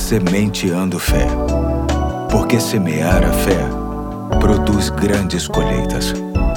Sementeando Fé. Porque semear a fé produz grandes colheitas.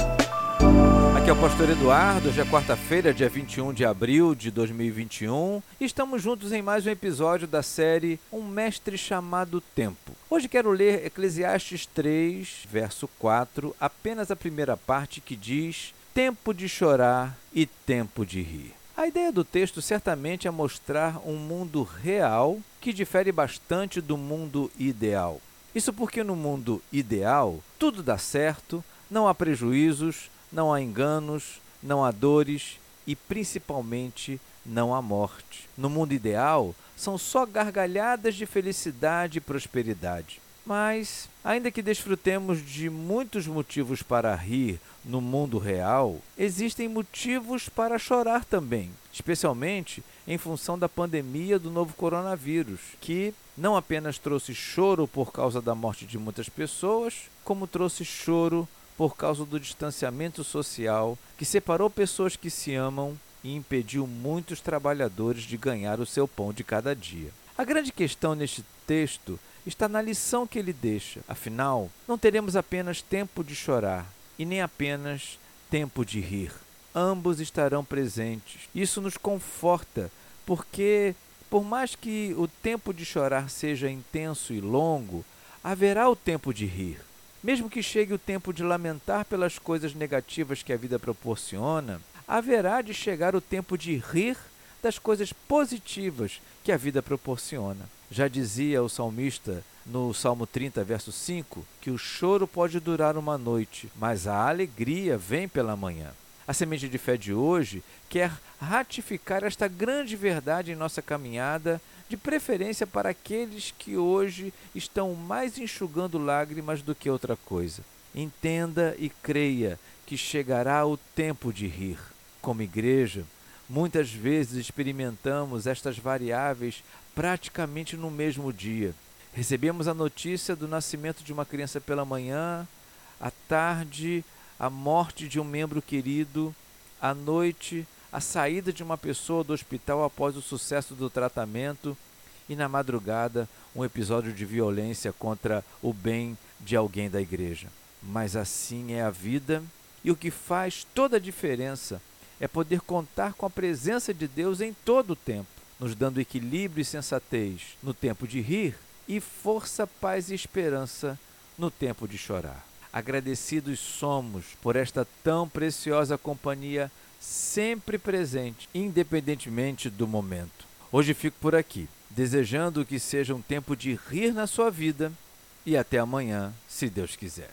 Aqui é o Pastor Eduardo, hoje é quarta-feira, dia 21 de abril de 2021. E estamos juntos em mais um episódio da série Um Mestre Chamado Tempo. Hoje quero ler Eclesiastes 3, verso 4, apenas a primeira parte que diz: tempo de chorar e tempo de rir. A ideia do texto certamente é mostrar um mundo real que difere bastante do mundo ideal. Isso porque no mundo ideal tudo dá certo, não há prejuízos, não há enganos, não há dores e principalmente não há morte. No mundo ideal são só gargalhadas de felicidade e prosperidade. Mas, ainda que desfrutemos de muitos motivos para rir no mundo real, existem motivos para chorar também, especialmente em função da pandemia do novo coronavírus, que não apenas trouxe choro por causa da morte de muitas pessoas, como trouxe choro por causa do distanciamento social que separou pessoas que se amam e impediu muitos trabalhadores de ganhar o seu pão de cada dia. A grande questão neste texto está na lição que ele deixa. Afinal, não teremos apenas tempo de chorar e nem apenas tempo de rir. Ambos estarão presentes. Isso nos conforta, porque por mais que o tempo de chorar seja intenso e longo, haverá o tempo de rir. Mesmo que chegue o tempo de lamentar pelas coisas negativas que a vida proporciona, haverá de chegar o tempo de rir das coisas positivas que a vida proporciona. Já dizia o salmista no Salmo 30, verso 5, que o choro pode durar uma noite, mas a alegria vem pela manhã. A semente de fé de hoje quer ratificar esta grande verdade em nossa caminhada, de preferência para aqueles que hoje estão mais enxugando lágrimas do que outra coisa. Entenda e creia que chegará o tempo de rir. Como igreja, muitas vezes experimentamos estas variáveis praticamente no mesmo dia. Recebemos a notícia do nascimento de uma criança pela manhã, à tarde, a morte de um membro querido, à noite, a saída de uma pessoa do hospital após o sucesso do tratamento e, na madrugada, um episódio de violência contra o bem de alguém da igreja. Mas assim é a vida, e o que faz toda a diferença é poder contar com a presença de Deus em todo o tempo, nos dando equilíbrio e sensatez no tempo de rir e força, paz e esperança no tempo de chorar. Agradecidos somos por esta tão preciosa companhia sempre presente, independentemente do momento. Hoje fico por aqui, desejando que seja um tempo de rir na sua vida e até amanhã, se Deus quiser.